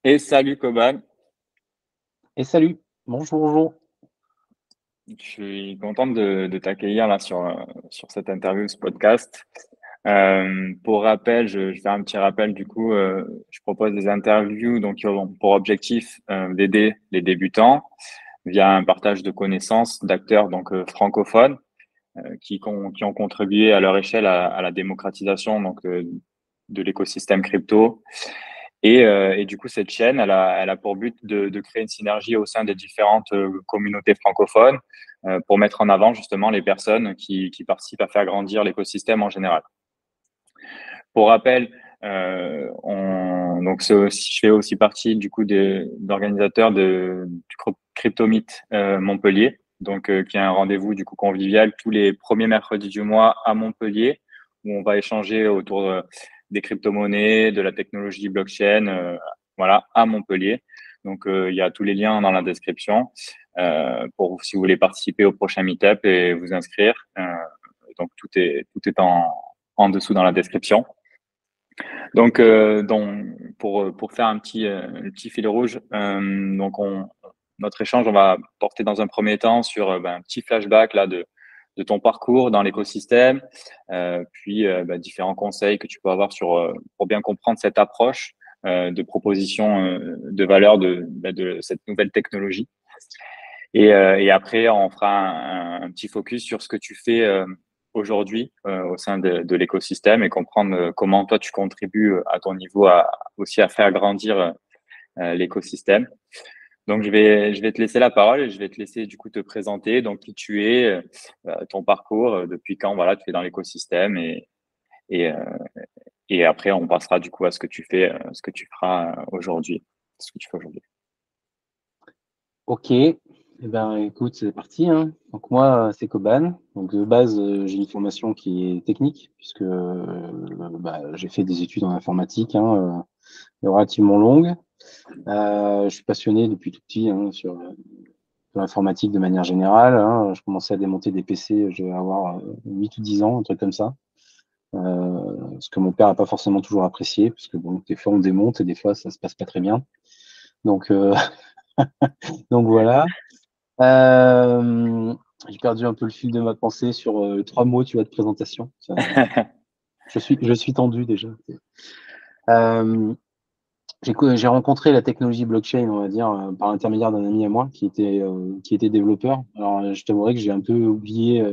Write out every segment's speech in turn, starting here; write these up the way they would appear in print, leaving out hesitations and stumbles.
Et salut Koban, Et salut, bonjour, bonjour. je suis content de t'accueillir là sur cette interview, ce podcast. Pour rappel, je fais un petit rappel du coup, je propose des interviews donc qui ont pour objectif d'aider les débutants via un partage de connaissances d'acteurs donc francophones qui ont contribué à leur échelle à la démocratisation donc de l'écosystème crypto. Et du coup, cette chaîne, elle a pour but de créer une synergie au sein des différentes communautés francophones pour mettre en avant justement les personnes qui participent à faire grandir l'écosystème en général. Pour rappel, je fais aussi partie du coup d'organisateurs du Crypto Meet Montpellier, donc qui est un rendez-vous du coup convivial tous les premiers mercredis du mois à Montpellier, où on va échanger autour des crypto-monnaies, de la technologie blockchain, voilà, à Montpellier. Donc il y a tous les liens dans la description pour si vous voulez participer au prochain meetup et vous inscrire. Donc tout est en dessous dans la description. Donc, pour faire un petit fil rouge, notre échange, on va porter dans un premier temps sur un petit flashback là de ton parcours dans l'écosystème, puis différents conseils que tu peux avoir pour bien comprendre cette approche de proposition de valeur de cette nouvelle technologie. Et après, on fera un petit focus sur ce que tu fais aujourd'hui au sein de l'écosystème et comprendre comment toi tu contribues à ton niveau aussi à faire grandir l'écosystème. Donc je vais te laisser la parole et je vais te laisser du coup te présenter, donc qui tu es, ton parcours, depuis quand voilà tu es dans l'écosystème et, euh, et après on passera du coup à ce que tu fais, ce que tu feras aujourd'hui, ce que tu fais aujourd'hui. Ok, eh ben, écoute, c'est parti, hein. Donc moi, c'est Koban. Donc de base, j'ai une formation qui est technique, puisque j'ai fait des études en informatique, hein, relativement longues. Je suis passionné depuis tout petit, hein, sur l'informatique de manière générale, hein. Je commençais à démonter des PC, je devais avoir 8 ou 10 ans, un truc comme ça. Ce que mon père n'a pas forcément toujours apprécié, parce que bon, des fois on démonte et des fois ça se passe pas très bien. Donc, donc voilà. Euh, j'ai perdu un peu le fil de ma pensée sur 3 mots, tu vois, de présentation. Je suis tendu déjà. Euh, j'ai rencontré la technologie blockchain, on va dire, par l'intermédiaire d'un ami à moi qui était développeur. Alors, je t'avouerai que j'ai un peu oublié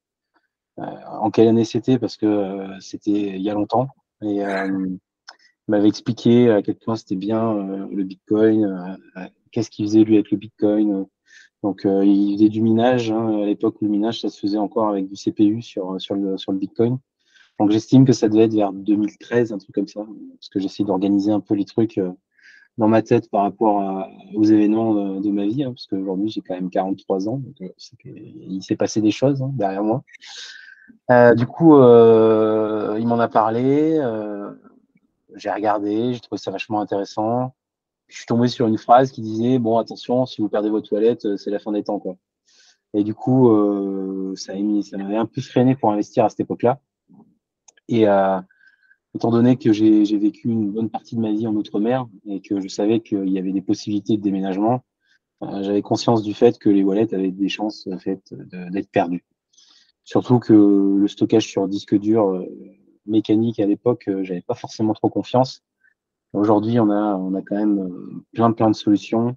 en quelle année c'était parce que c'était il y a longtemps. Et il m'avait expliqué à quel point c'était bien le Bitcoin, qu'est-ce qu'il faisait lui avec le Bitcoin. Donc, il faisait du minage, hein. À l'époque où le minage, ça se faisait encore avec du CPU sur le Bitcoin. Donc, j'estime que ça devait être vers 2013, un truc comme ça, parce que j'essaie d'organiser un peu les trucs dans ma tête par rapport aux événements de ma vie, hein, parce qu'aujourd'hui, j'ai quand même 43 ans, donc il s'est passé des choses hein, derrière moi. Du coup, il m'en a parlé, j'ai regardé, j'ai trouvé ça vachement intéressant. Je suis tombé sur une phrase qui disait, bon, attention, si vous perdez vos toilettes, c'est la fin des temps, quoi. Et du coup, ça m'avait un peu freiné pour investir à cette époque-là. Et étant donné que j'ai vécu une bonne partie de ma vie en Outre-mer et que je savais qu'il y avait des possibilités de déménagement, j'avais conscience du fait que les wallets avaient des chances d'être perdues. Surtout que le stockage sur disque dur mécanique à l'époque, j'avais pas forcément trop confiance. Aujourd'hui, on a quand même plein de solutions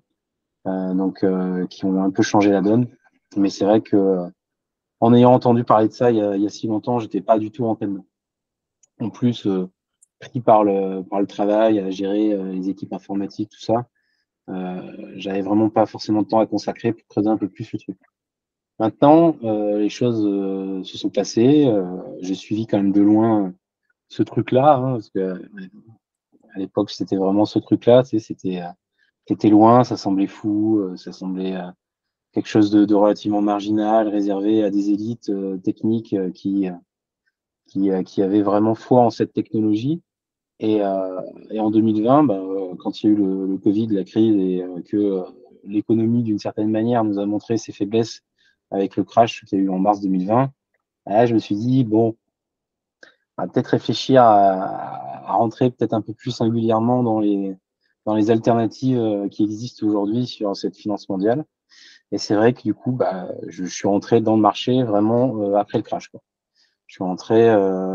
qui ont un peu changé la donne. Mais c'est vrai que en ayant entendu parler de ça il y a si longtemps, j'étais pas du tout rentré dedans. En plus, pris par le travail, à gérer les équipes informatiques, tout ça, j'avais vraiment pas forcément de temps à consacrer pour creuser un peu plus le truc. Maintenant, les choses se sont passées. J'ai suivi quand même de loin ce truc-là, hein, parce que à l'époque, c'était vraiment ce truc-là. Tu sais, c'était loin, ça semblait fou, ça semblait quelque chose de relativement marginal, réservé à des élites techniques qui avaient vraiment foi en cette technologie. Et en 2020, quand il y a eu le Covid, la crise, et que l'économie, d'une certaine manière, nous a montré ses faiblesses avec le crash qu'il y a eu en mars 2020, là, je me suis dit, bon, on va peut-être réfléchir à rentrer peut-être un peu plus singulièrement dans dans les alternatives qui existent aujourd'hui sur cette finance mondiale. Et c'est vrai que du coup, bah, je suis rentré dans le marché vraiment après le crash, quoi. Je suis rentré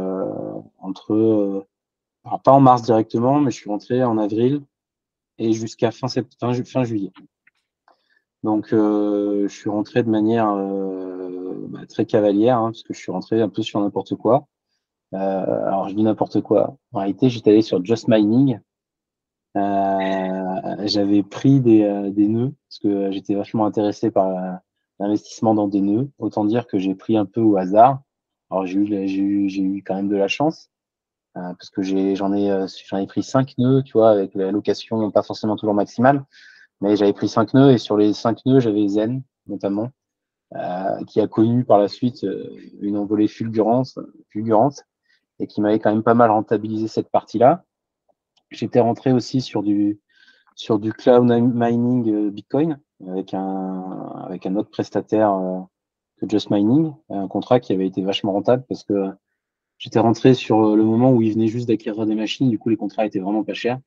alors pas en mars directement, mais je suis rentré en avril et jusqu'à fin juillet. Donc, je suis rentré de manière bah, très cavalière, hein, parce que je suis rentré un peu sur n'importe quoi. Alors, je dis n'importe quoi. En réalité, j'étais allé sur Just Mining. J'avais pris des nœuds, parce que j'étais vachement intéressé par l'investissement dans des nœuds. Autant dire que j'ai pris un peu au hasard. Alors, j'ai eu quand même de la chance, parce que j'en ai pris 5 nœuds, tu vois, avec la location pas forcément toujours maximale. Mais j'avais pris 5 nœuds et sur les 5 nœuds, j'avais Zen notamment, qui a connu par la suite une envolée fulgurante et qui m'avait quand même pas mal rentabilisé cette partie-là. J'étais rentré aussi sur du cloud mining Bitcoin avec un autre prestataire que Just Mining, un contrat qui avait été vachement rentable parce que j'étais rentré sur le moment où ils venaient juste d'acquérir des machines, du coup les contrats étaient vraiment pas chers.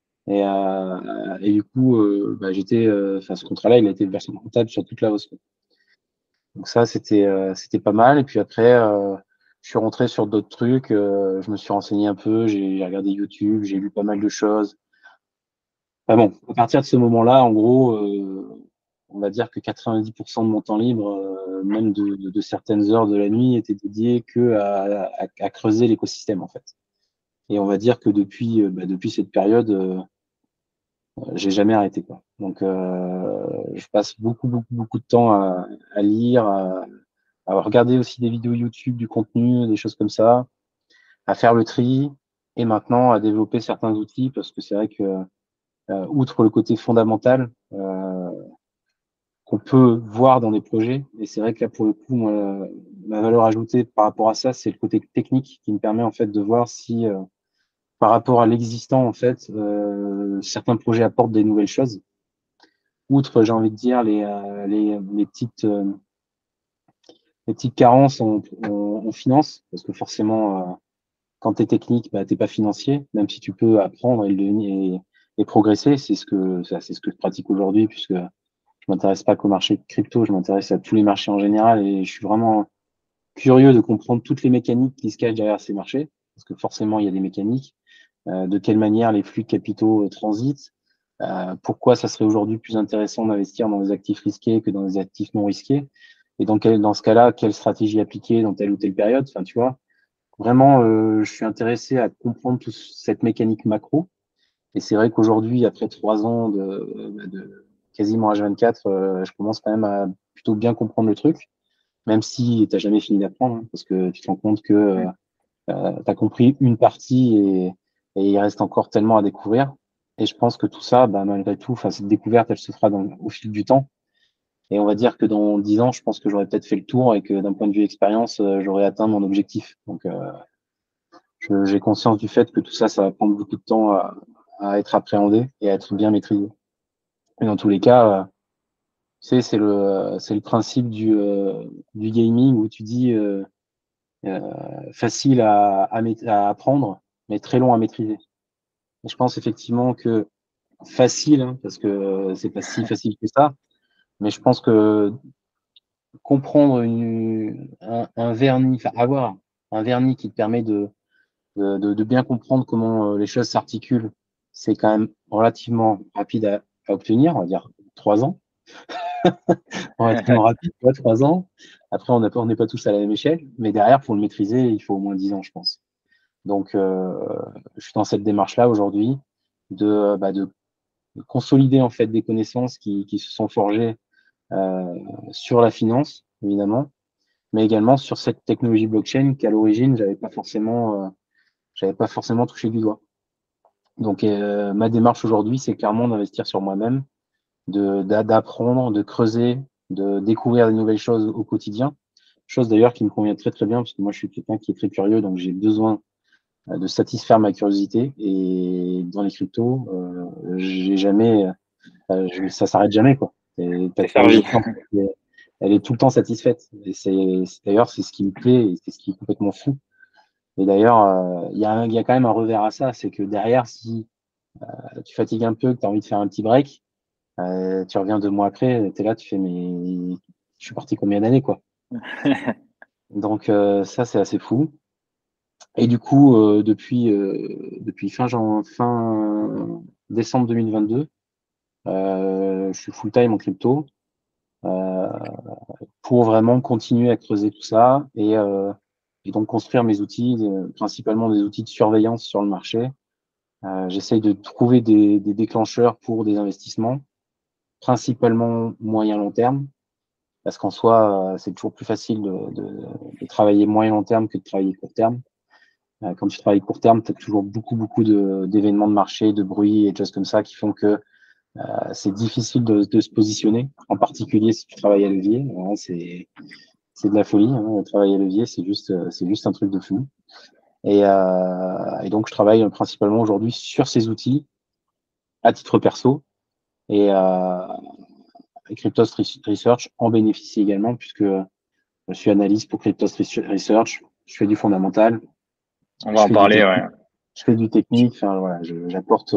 Et du coup, bah, ce contrat-là, il a été vachement rentable sur toute la hausse, quoi. Donc ça, c'était pas mal. Et puis après, je suis rentré sur d'autres trucs. Je me suis renseigné un peu, j'ai regardé YouTube, j'ai lu pas mal de choses. Enfin bon, à partir de ce moment-là, en gros, on va dire que 90% de mon temps libre, même de certaines heures de la nuit, était dédié que à creuser l'écosystème, en fait. Et on va dire que depuis cette période, j'ai jamais arrêté, quoi. Donc, je passe beaucoup de temps à lire, à regarder aussi des vidéos YouTube, du contenu, des choses comme ça, à faire le tri et maintenant à développer certains outils parce que c'est vrai que, outre le côté fondamental qu'on peut voir dans des projets, et c'est vrai que là, pour le coup, moi, ma valeur ajoutée par rapport à ça, c'est le côté technique qui me permet en fait de voir si, par rapport à l'existant, en fait, certains projets apportent des nouvelles choses. Outre, j'ai envie de dire, les petites carences en finance, parce que forcément, quand tu es technique, bah, tu n'es pas financier, même si tu peux apprendre et progresser. C'est ce que je pratique aujourd'hui, puisque je m'intéresse pas qu'au marché de crypto, je m'intéresse à tous les marchés en général et je suis vraiment curieux de comprendre toutes les mécaniques qui se cachent derrière ces marchés, parce que forcément, il y a des mécaniques, de quelle manière les flux de capitaux transitent, pourquoi ça serait aujourd'hui plus intéressant d'investir dans des actifs risqués que dans des actifs non risqués, et dans ce cas-là, quelle stratégie appliquer dans telle ou telle période. Enfin, tu vois, vraiment, je suis intéressé à comprendre toute cette mécanique macro. Et c'est vrai qu'aujourd'hui, après 3 ans de quasiment H24, je commence quand même à plutôt bien comprendre le truc, même si tu n'as jamais fini d'apprendre, hein, parce que tu te rends compte que tu as compris une partie et il reste encore tellement à découvrir. Et je pense que tout ça, bah, malgré tout, enfin, cette découverte, elle se fera au fil du temps. Et on va dire que dans 10 ans, je pense que j'aurais peut-être fait le tour et que d'un point de vue expérience, j'aurais atteint mon objectif. Donc, j'ai conscience du fait que tout ça, ça va prendre beaucoup de temps à être appréhendé et à être bien maîtrisé. Et dans tous les cas, tu sais, c'est le principe du gaming où tu dis euh, facile à apprendre, mais très long à maîtriser. Et je pense effectivement que facile, hein, parce que c'est pas si facile que ça, mais je pense que comprendre un vernis, enfin avoir un vernis qui te permet de bien comprendre comment les choses s'articulent, c'est quand même relativement rapide à obtenir, on va dire 3 ans, relativement rapide, tu vois, 3 ans. Après, on n'est pas tous à la même échelle, mais derrière, pour le maîtriser, il faut au moins 10 ans, je pense. Donc, je suis dans cette démarche-là aujourd'hui de consolider en fait des connaissances qui se sont forgées sur la finance, évidemment, mais également sur cette technologie blockchain qu'à l'origine, j'avais pas forcément touché du doigt. Donc, ma démarche aujourd'hui, c'est clairement d'investir sur moi-même, d'apprendre, de creuser, de découvrir de nouvelles choses au quotidien. Chose d'ailleurs qui me convient très très bien parce que moi je suis quelqu'un qui est très curieux, donc j'ai besoin de satisfaire ma curiosité. Et dans les cryptos, j'ai jamais, ça s'arrête jamais quoi. Et ta C'est servi. curiosité, en fait, elle est tout le temps satisfaite. Et d'ailleurs c'est ce qui me plaît et c'est ce qui est complètement fou. Et d'ailleurs, il y a quand même un revers à ça, c'est que derrière, si tu fatigues un peu, que tu as envie de faire un petit break, tu reviens 2 mois après, tu es là, tu fais mais je suis parti combien d'années, quoi. Donc ça, c'est assez fou. Et du coup, depuis fin décembre 2022, je suis full-time en crypto pour vraiment continuer à creuser tout ça et donc construire mes outils, principalement des outils de surveillance sur le marché. J'essaye de trouver des déclencheurs pour des investissements, principalement moyen-long terme, parce qu'en soi, c'est toujours plus facile de travailler moyen-long terme que de travailler court terme. Quand tu travailles court terme, tu as toujours beaucoup d'événements de marché, de bruit et de choses comme ça qui font que c'est difficile de se positionner, en particulier si tu travailles à levier. Voilà, c'est de la folie. Hein. Le travail à levier, c'est juste un truc de fou. Et donc, je travaille principalement aujourd'hui sur ces outils à titre perso et Cryptos Research en bénéficie également puisque je suis analyste pour Cryptos Research. Je fais du fondamental, On va je en fais du parler, technique, ouais. je fais du technique. Enfin voilà, j'apporte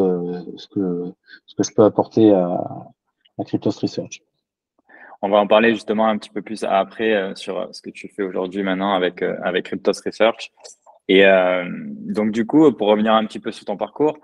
ce que je peux apporter à Cryptos Research. On va en parler justement un petit peu plus après sur ce que tu fais aujourd'hui maintenant avec Cryptos Research. Et donc du coup, pour revenir un petit peu sur ton parcours,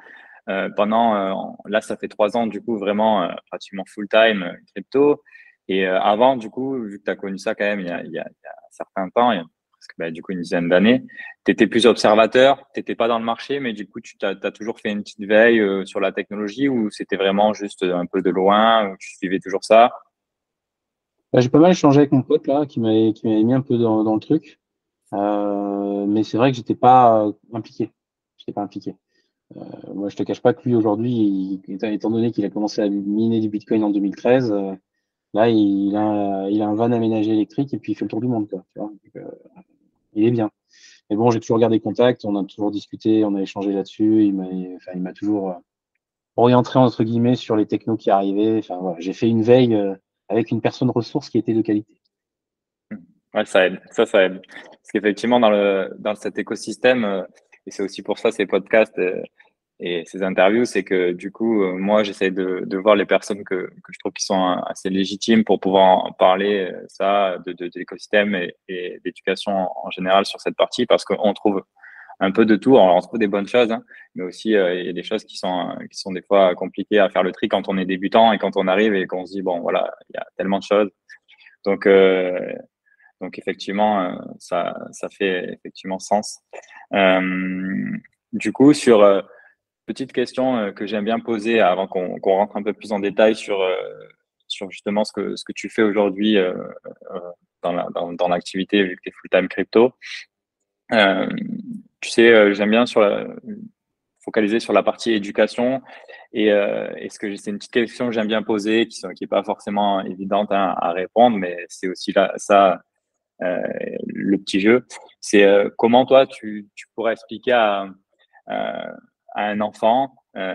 là ça fait 3 ans du coup vraiment pratiquement full time crypto. Et avant du coup, vu que tu as connu ça quand même il y a un certain temps, il y a presque du coup une dizaine d'années, tu étais plus observateur, tu n'étais pas dans le marché, mais du coup tu t'as toujours fait une petite veille sur la technologie ou c'était vraiment juste un peu de loin, ou tu suivais toujours ça? J'ai pas mal échangé avec mon pote là, qui m'avait mis un peu dans le truc. Mais c'est vrai que j'étais pas impliqué. J'étais pas impliqué. Moi, je te cache pas que lui aujourd'hui, étant donné qu'il a commencé à miner du Bitcoin en 2013, là, il a un van aménagé électrique et puis il fait le tour du monde, quoi. Tu vois. Donc, il est bien. Mais bon, j'ai toujours gardé contact, on a toujours discuté, on a échangé là-dessus. Il m'a toujours orienté entre guillemets sur les technos qui arrivaient. Enfin voilà, j'ai fait une veille avec une personne ressource qui était de qualité. Ouais, ça aide. Ça aide. Parce qu'effectivement, dans cet écosystème, et c'est aussi pour ça ces podcasts et ces interviews, c'est que du coup, moi, j'essaie de voir les personnes que je trouve qui sont assez légitimes pour pouvoir en parler, de l'écosystème et d'éducation en général sur cette partie, parce qu'on trouve un peu de tout. Alors, on trouve des bonnes choses, hein, mais aussi il y a des choses qui sont des fois compliquées à faire le tri quand on est débutant et quand on arrive et qu'on se dit, bon, voilà, il y a tellement de choses. Donc, donc effectivement, ça fait effectivement sens. Euh, du coup, sur petite question que j'aime bien poser avant qu'on rentre un peu plus en détail sur justement ce que tu fais aujourd'hui euh, dans l'activité vu que tu es full-time crypto. Euh, tu sais, j'aime bien focaliser sur la partie éducation et c'est une petite question que j'aime bien poser qui est pas forcément évidente hein, à répondre, mais c'est aussi là ça euh, le petit jeu. C'est comment toi, tu pourrais expliquer à un enfant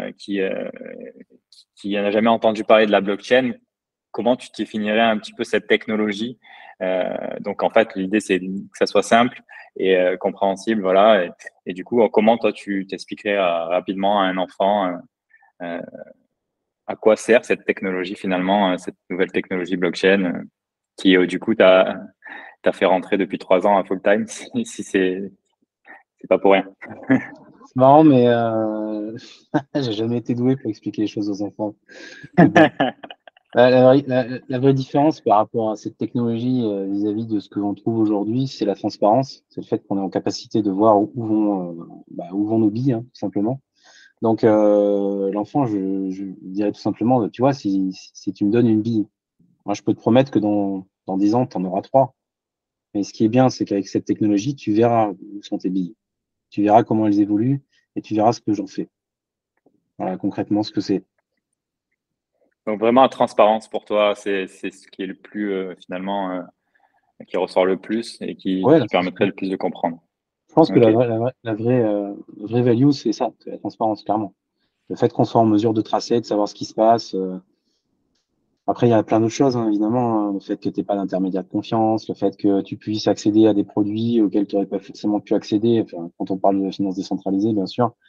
qui n'a jamais entendu parler de la blockchain, comment tu définirais un petit peu cette technologie. Donc en fait, l'idée c'est que ça soit simple et compréhensible, voilà. Et du coup, comment toi tu t'expliquerais rapidement à un enfant euh, à quoi sert cette technologie finalement, cette nouvelle technologie blockchain qui du coup t'as fait rentrer depuis 3 ans à full time, si c'est pas pour rien. C'est marrant, mais j'ai jamais été doué pour expliquer les choses aux enfants. Mais bon, la vraie différence par rapport à cette technologie vis-à-vis de ce que l'on trouve aujourd'hui, c'est la transparence. C'est le fait qu'on est en capacité de voir où vont nos billes, hein, tout simplement. Donc, l'enfant, je dirais tout simplement, tu vois, si tu me donnes une bille, moi, je peux te promettre que dans 10 ans, tu en auras trois. Mais ce qui est bien, c'est qu'avec cette technologie, tu verras où sont tes billes. Tu verras comment elles évoluent et tu verras ce que j'en fais. Voilà, concrètement, ce que c'est. Donc vraiment la transparence pour toi, c'est ce qui est le plus finalement qui ressort le plus et Ouais, qui permettrait le plus de comprendre. je pense que Ok. la vraie value, c'est ça, c'est la transparence, clairement. Le fait qu'on soit en mesure de tracer, de savoir ce qui se passe. Après, il y a plein d'autres choses, hein, évidemment. Hein. Le fait que tu n'aies pas d'intermédiaire de confiance, le fait que tu puisses accéder à des produits auxquels tu n'aurais pas forcément pu accéder. Enfin, quand on parle de finances décentralisées, bien sûr.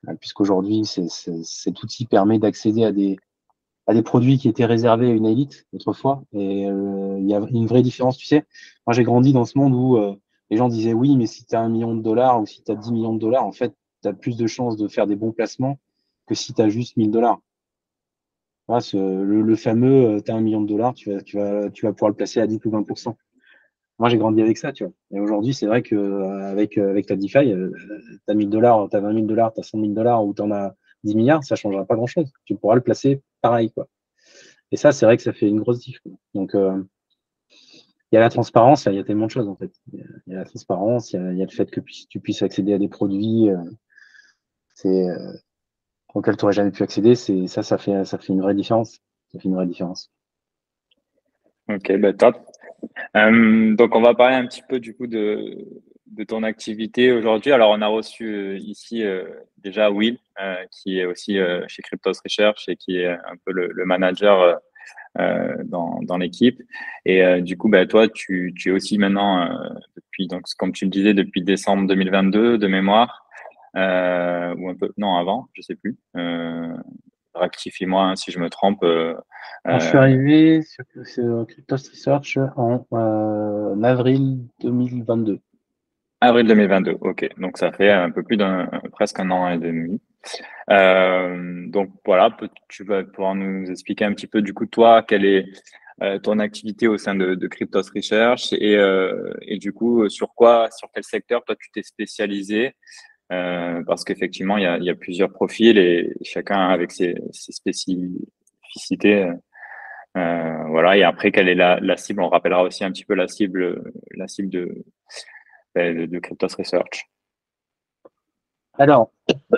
puisqu'aujourd'hui, cet outil permet d'accéder à des produits qui étaient réservés à une élite autrefois. Et il y a une vraie différence, tu sais. Moi, j'ai grandi dans ce monde où les gens disaient oui, mais si tu as 1 million de dollars ou si tu as 10 millions de dollars, en fait, tu as plus de chances de faire des bons placements que si tu as juste 1000 dollars. Voilà, le fameux, tu as 1 million de dollars, tu vas pouvoir le placer à 10 ou 20%. Moi, j'ai grandi avec ça, tu vois. Et aujourd'hui, c'est vrai que avec ta DeFi, tu as 1000 dollars, tu as 20 000 dollars, tu as 100 000 dollars ou tu en as 10 milliards, ça ne changera pas grand-chose. Tu pourras le placer pareil, quoi. Et ça, c'est vrai que ça fait une grosse diff, quoi. Donc, il y a la transparence, il y a tellement de choses, en fait. Il y a la transparence, il y a le fait que tu puisses accéder à des produits c'est, auxquels tu n'aurais jamais pu accéder. Ça fait une vraie différence. Ça fait une vraie différence. Ok, bah top. Donc, on va parler un petit peu du coup de ton activité aujourd'hui. Alors, on a reçu ici déjà Will, qui est aussi chez Cryptos Research et qui est un peu le manager dans l'équipe. Et du coup, bah, toi, tu es aussi maintenant, depuis, donc, comme tu le disais, depuis décembre 2022 de mémoire, ou un peu, non, avant, je sais plus. Rectifie-moi hein, si je me trompe. Quand je suis arrivé sur Cryptos Research en avril 2022. Avril 2022, ok. Donc ça fait un peu plus presque un an et demi. Donc voilà, tu vas pouvoir nous expliquer un petit peu du coup toi, quelle est ton activité au sein de Cryptos Research et du coup sur quel secteur toi tu t'es spécialisé parce qu'effectivement il y a plusieurs profils et chacun avec ses spécificités. Voilà et après quelle est la cible? On rappellera aussi un petit peu la cible de Cryptos Research. Alors,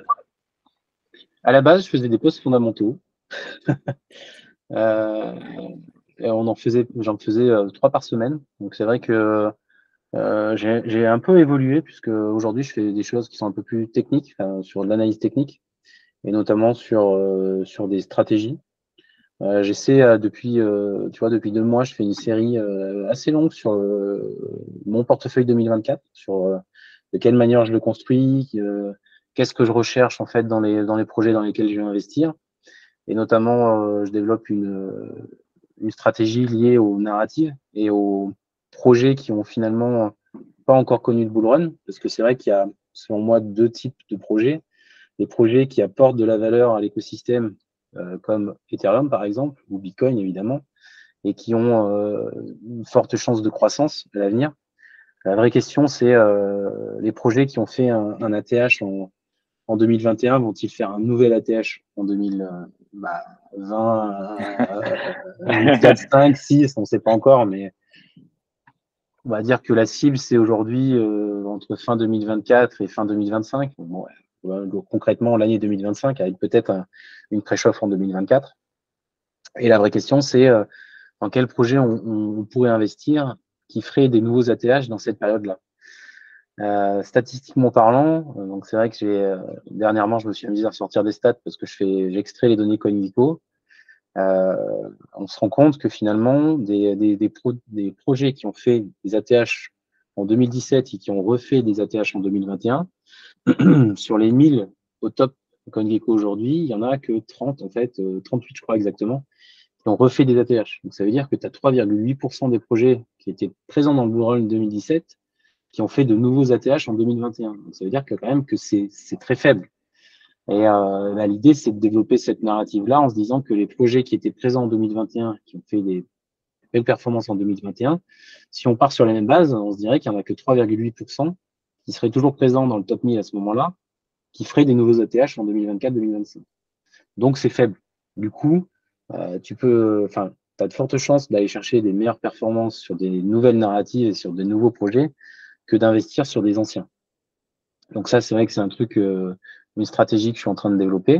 à la base, je faisais des postes fondamentaux. Euh, et j'en faisais 3 par semaine. Donc c'est vrai que j'ai un peu évolué puisque aujourd'hui je fais des choses qui sont un peu plus techniques, sur de l'analyse technique et notamment sur des stratégies. J'essaie depuis 2 mois, je fais une série assez longue sur mon portefeuille 2024, sur de quelle manière je le construis, qu'est-ce que je recherche en fait dans les projets dans lesquels je vais investir. Et notamment, je développe une stratégie liée aux narratives et aux projets qui ont finalement pas encore connu de bull run, parce que c'est vrai qu'il y a, selon moi, 2 types de projets. Les projets qui apportent de la valeur à l'écosystème, comme Ethereum par exemple, ou Bitcoin évidemment, et qui ont une forte chance de croissance à l'avenir. La vraie question, c'est les projets qui ont fait un ATH en 2021, vont-ils faire un nouvel ATH en 2020, 8, 4, 5, 6, on ne sait pas encore, mais on va dire que la cible, c'est aujourd'hui entre fin 2024 et fin 2025. Bon, concrètement, l'année 2025, avec peut-être une pré-chauffe en 2024. Et la vraie question, c'est dans quel projet on pourrait investir qui ferait des nouveaux ATH dans cette période-là. Statistiquement parlant, donc c'est vrai que dernièrement, je me suis amusé à sortir des stats parce que j'extrais les données Coinvico. On se rend compte que finalement, des projets qui ont fait des ATH en 2017 et qui ont refait des ATH en 2021, sur les 1000 au top CoinGecko aujourd'hui, il n'y en a que 30, en fait, 38 je crois exactement, qui ont refait des ATH. Donc ça veut dire que tu as 3,8% des projets qui étaient présents dans le Bull Run 2017 qui ont fait de nouveaux ATH en 2021. Donc ça veut dire que quand même que c'est très faible. Et l'idée, c'est de développer cette narrative-là en se disant que les projets qui étaient présents en 2021, qui ont fait des belles performances en 2021, si on part sur les mêmes bases, on se dirait qu'il n'y en a que 3,8% qui seraient toujours présents dans le top 1000 à ce moment-là, qui feraient des nouveaux ATH en 2024-2025. Donc, c'est faible. Du coup, tu as de fortes chances d'aller chercher des meilleures performances sur des nouvelles narratives et sur de nouveaux projets que d'investir sur des anciens. Donc ça, c'est vrai que c'est une stratégie que je suis en train de développer.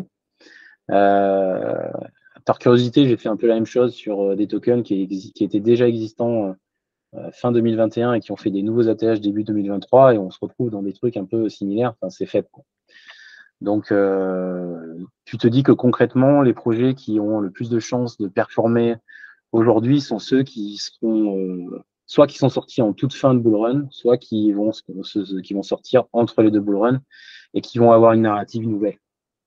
Par curiosité, j'ai fait un peu la même chose sur des tokens qui étaient déjà existants fin 2021 et qui ont fait des nouveaux ATH début 2023 et on se retrouve dans des trucs un peu similaires. Enfin, c'est faible, quoi. Donc, tu te dis que concrètement, les projets qui ont le plus de chances de performer aujourd'hui sont ceux qui seront soit qui sont sortis en toute fin de bull run, soit qui vont sortir entre les deux bull runs et qui vont avoir une narrative nouvelle.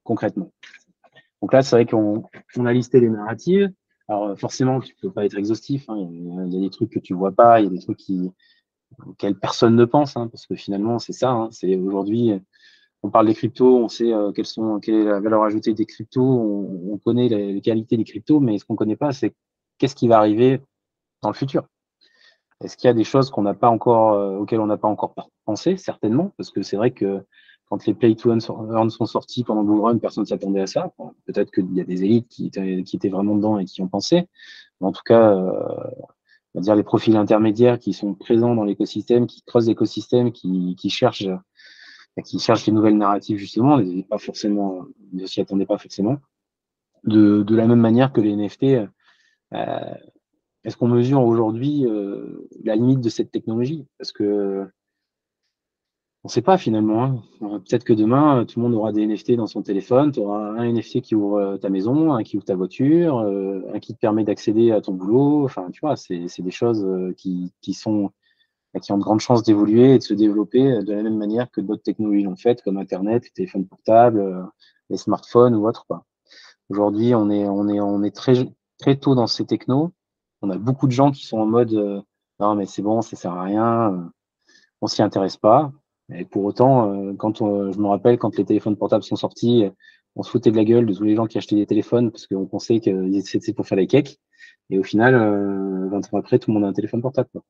concrètement. Donc là, c'est vrai qu'on a listé les narratives. Alors forcément, tu peux pas être exhaustif, hein. Il y a des trucs que tu vois pas, il y a des trucs auxquels personne ne pense, hein, parce que finalement, c'est ça. Hein, c'est aujourd'hui, on parle des cryptos, on sait quelle est la valeur ajoutée des cryptos, on connaît les qualités des cryptos, mais ce qu'on connaît pas, c'est qu'est-ce qui va arriver dans le futur. Est-ce qu'il y a des choses qu'on n'a pas encore, auxquelles on n'a pas encore pensé? Certainement, parce que c'est vrai que quand les play to earn sont sortis pendant le bull run, personne ne s'attendait à ça. Bon, peut-être qu'il y a des élites qui étaient vraiment dedans et qui ont pensé. Mais en tout cas, on va dire les profils intermédiaires qui sont présents dans l'écosystème, qui creusent l'écosystème, qui cherchent les nouvelles narratives justement, pas forcément, ne s'y attendaient pas forcément. De la même manière que les NFT, est-ce qu'on mesure aujourd'hui la limite de cette technologie? Parce que on ne sait pas finalement. Hein. Peut-être que demain, tout le monde aura des NFT dans son téléphone. Tu auras un NFT qui ouvre ta maison, un qui ouvre ta voiture, un qui te permet d'accéder à ton boulot. Enfin, tu vois, c'est des choses qui ont de grandes chances d'évoluer et de se développer de la même manière que d'autres technologies l'ont fait, comme Internet, les téléphones portables, les smartphones ou autres, quoi. Aujourd'hui, on est très tôt dans ces technos. On a beaucoup de gens qui sont en mode non, mais c'est bon, ça sert à rien, on s'y intéresse pas. Et pour autant, je me rappelle quand les téléphones portables sont sortis, on se foutait de la gueule de tous les gens qui achetaient des téléphones parce qu'on pensait que c'était pour faire les cakes. Et au final, 20 ans après, tout le monde a un téléphone portable, quoi.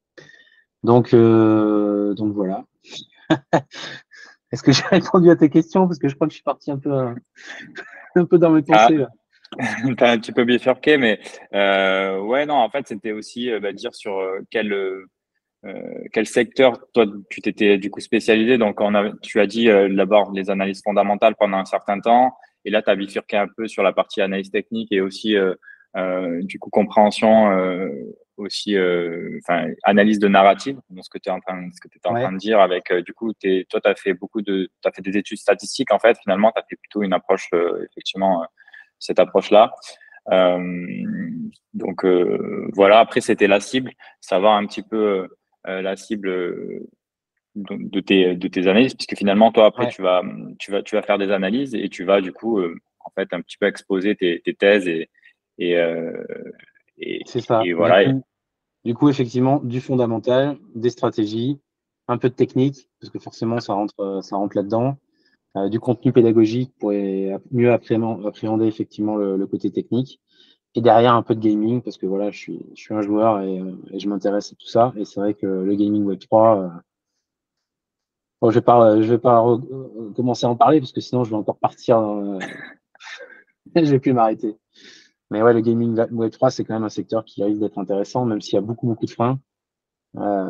Donc voilà. Est-ce que j'ai répondu à tes questions? Parce que je crois que je suis parti un peu dans mes Ah, pensées, là. t'as un petit peu bifurqué, mais ouais, non, en fait, c'était aussi dire sur quel secteur toi tu t'étais du coup spécialisé. Donc, tu as dit d'abord les analyses fondamentales pendant un certain temps, et là, tu as bifurqué un peu sur la partie analyse technique et aussi du coup compréhension, aussi, enfin, analyse de narrative. Donc, ce que tu étais en train Ouais, de dire avec du coup, toi, tu as fait t'as fait des études statistiques en fait. Finalement, tu as fait plutôt une approche effectivement cette approche-là. Donc voilà. Après, c'était la cible, savoir un petit peu la cible de tes analyses, puisque finalement, toi, après, ouais, tu vas faire des analyses et tu vas, du coup, en fait, un petit peu exposer tes thèses et, euh, c'est ça. et voilà. Du coup, effectivement, du fondamental, des stratégies, un peu de technique, parce que forcément, ça rentre là-dedans, du contenu pédagogique pour mieux appréhender effectivement le côté technique. Et derrière, un peu de gaming, parce que voilà, je suis un joueur et je m'intéresse à tout ça. Et c'est vrai que le gaming Web3, bon, je vais pas commencer à en parler, parce que sinon, je vais encore partir, je vais plus m'arrêter. Mais ouais, le gaming Web3, c'est quand même un secteur qui risque d'être intéressant, même s'il y a beaucoup de freins. Euh,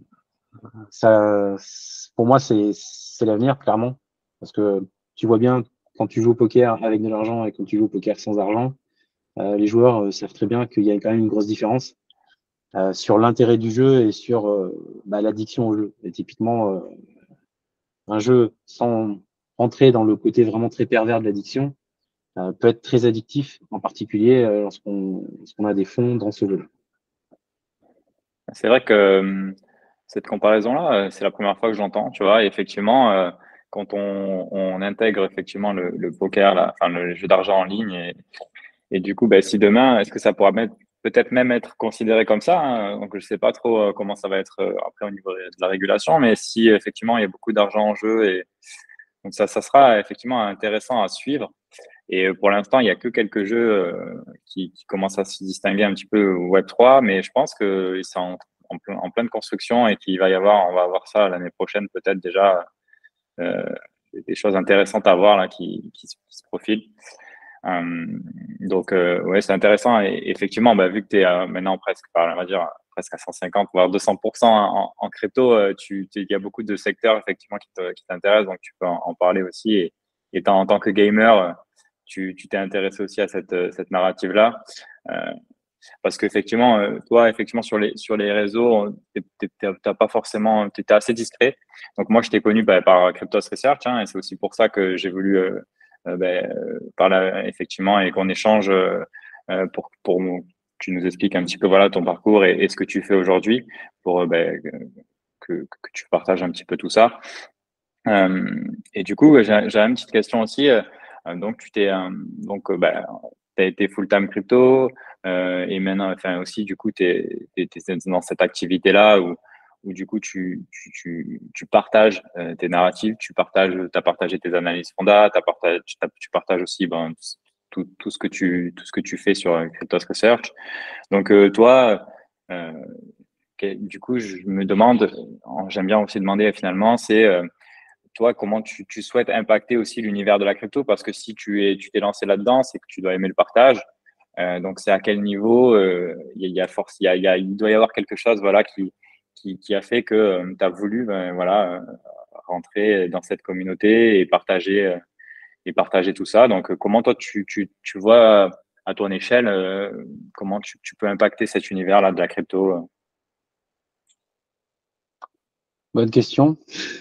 pour moi, c'est l'avenir, clairement. Parce que tu vois bien, quand tu joues au poker avec de l'argent et quand tu joues au poker sans argent, les joueurs savent très bien qu'il y a quand même une grosse différence sur l'intérêt du jeu et sur l'addiction au jeu. Et typiquement, un jeu sans rentrer dans le côté vraiment très pervers de l'addiction peut être très addictif, en particulier lorsqu'on a des fonds dans ce jeu-là. C'est vrai que cette comparaison-là, c'est la première fois que j'entends, tu vois. Et effectivement, quand on intègre effectivement le poker, enfin le jeu d'argent en ligne, et du coup, ben, si demain, est-ce que ça pourra peut-être même être considéré comme ça, hein. Donc, je sais pas trop comment ça va être après au niveau de la régulation, mais si effectivement il y a beaucoup d'argent en jeu, et donc ça sera effectivement intéressant à suivre. Et pour l'instant, il y a que quelques jeux qui commencent à se distinguer un petit peu au Web3, mais je pense que c'est en pleine construction et on va avoir ça l'année prochaine peut-être déjà, euh, des choses intéressantes à voir là qui se profilent. Euh, donc ouais, c'est intéressant. Et effectivement, bah, vu que tu es maintenant presque, on va dire presque à 150 voire 200% en crypto, il y a beaucoup de secteurs effectivement qui t'intéressent, donc tu peux en parler aussi. Et en tant que gamer, tu t'es intéressé aussi à cette narrative-là. Euh, Parce qu'effectivement, toi, effectivement, sur les réseaux, t'as pas forcément, t'étais assez discret. Donc, moi, je t'ai connu par Cryptos Research, hein, et c'est aussi pour ça que j'ai voulu, par là, effectivement, et qu'on échange pour tu nous expliques un petit peu, voilà, ton parcours et ce que tu fais aujourd'hui pour que tu partages un petit peu tout ça. Et du coup, j'ai une petite question aussi. Donc, t'as été full-time crypto et maintenant, enfin aussi, du coup, t'es dans cette activité-là où du coup, tu partages tes narratifs, t'as partagé tes analyses fonda, tu partages aussi ben, tout ce que tu fais sur Cryptos Research. Donc, toi, euh, du coup, je me demande, j'aime bien aussi demander finalement, c'est toi, comment tu souhaites impacter aussi l'univers de la crypto? Parce que si tu t'es lancé là-dedans, c'est que tu dois aimer le partage. Donc, c'est à quel niveau il doit y avoir quelque chose, voilà, qui a fait que tu as voulu, voilà, rentrer dans cette communauté et partager tout ça. Donc, comment toi, tu vois à ton échelle, comment tu peux impacter cet univers-là de la crypto? Bonne question.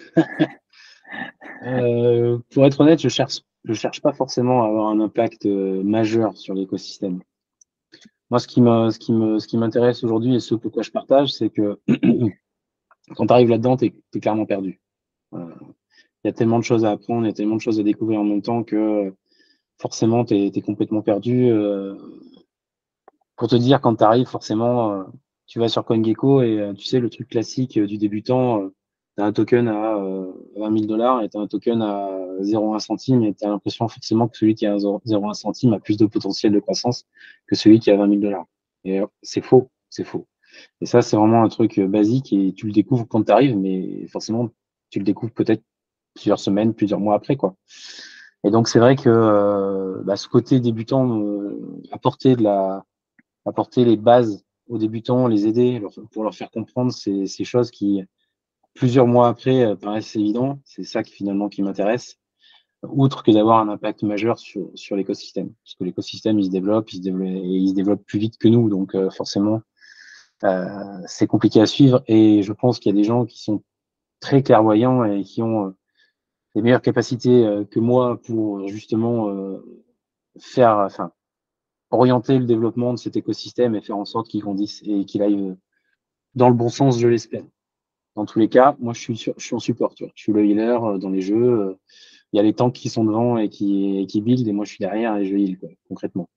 Pour être honnête, je cherche pas forcément à avoir un impact majeur sur l'écosystème. Moi, ce qui m'intéresse aujourd'hui et ce pourquoi je partage, c'est que quand tu arrives là-dedans, t'es clairement perdu. Il y a tellement de choses à apprendre, il y a tellement de choses à découvrir en même temps que forcément, t'es complètement perdu. Pour te dire, quand tu arrives, forcément, tu vas sur CoinGecko et tu sais, le truc classique du débutant, tu as un token à 20 000 dollars et tu as un token à 0,1 centime et tu as l'impression forcément que celui qui a 0,1 centime a plus de potentiel de croissance que celui qui a 20 000 dollars. Et c'est faux, c'est faux. Et ça, c'est vraiment un truc basique et tu le découvres quand tu arrives, mais forcément, tu le découvres peut-être plusieurs semaines, plusieurs mois après, quoi. Et donc, c'est vrai que ce côté débutant, apporter les bases aux débutants, les aider pour leur faire comprendre ces choses qui, plusieurs mois après, paraissent évidents. C'est ça qui finalement qui m'intéresse, outre que d'avoir un impact majeur sur l'écosystème. Parce que l'écosystème, il se développe plus vite que nous. Donc forcément, c'est compliqué à suivre. Et je pense qu'il y a des gens qui sont très clairvoyants et qui ont les meilleures capacités que moi pour justement enfin, orienter le développement de cet écosystème et faire en sorte qu'il grandisse et qu'il aille dans le bon sens, je l'espère. Dans tous les cas, moi, je suis en support. Tu vois. Je suis le healer dans les jeux. Il y a les tanks qui sont devant et qui build, et moi, je suis derrière et je heal, quoi, concrètement.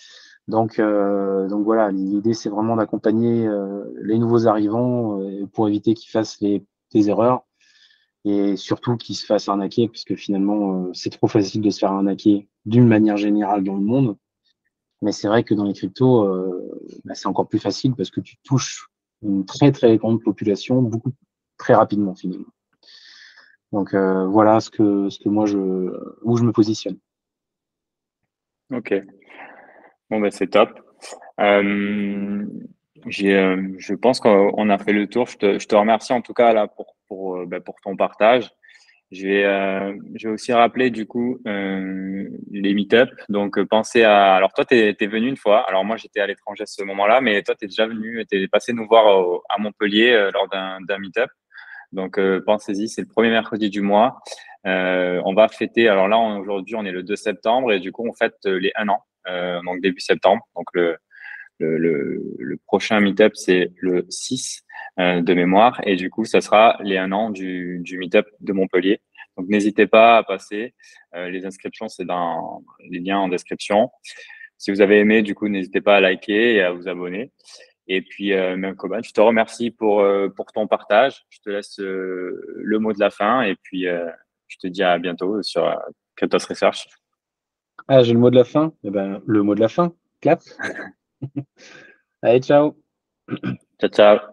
Donc voilà, l'idée, c'est vraiment d'accompagner les nouveaux arrivants pour éviter qu'ils fassent des erreurs et surtout qu'ils se fassent arnaquer, parce que finalement, c'est trop facile de se faire arnaquer d'une manière générale dans le monde. Mais c'est vrai que dans les cryptos, c'est encore plus facile parce que tu touches une très très grande population beaucoup très rapidement finalement. Donc voilà ce que moi où je me positionne. Ok, bon, ben, c'est top. Euh, je pense qu'on a fait le tour. Je te remercie en tout cas là pour ton partage. Je vais aussi rappeler du coup les meet-up. Donc pensez à. Alors toi, t'es venu une fois. Alors moi, j'étais à l'étranger à ce moment-là, mais toi, t'es déjà venu. T'es passé nous voir à Montpellier lors d'un meet-up. Donc pensez-y, c'est le premier mercredi du mois. On va fêter. Alors là, aujourd'hui, on est le 2 septembre et du coup, on fête les 1 an. Donc début septembre. Donc le prochain meet-up, c'est le 6 de mémoire. Et du coup, ça sera les 1 an du meet-up de Montpellier. Donc, n'hésitez pas à passer. Les inscriptions, c'est dans les liens en description. Si vous avez aimé, du coup, n'hésitez pas à liker et à vous abonner. Et puis, même Coban, je te remercie pour ton partage. Je te laisse le mot de la fin et puis je te dis à bientôt sur Cryptos Research. Ah, j'ai le mot de la fin. Eh ben, le mot de la fin. Clap. Allez, ciao. Ciao, ciao.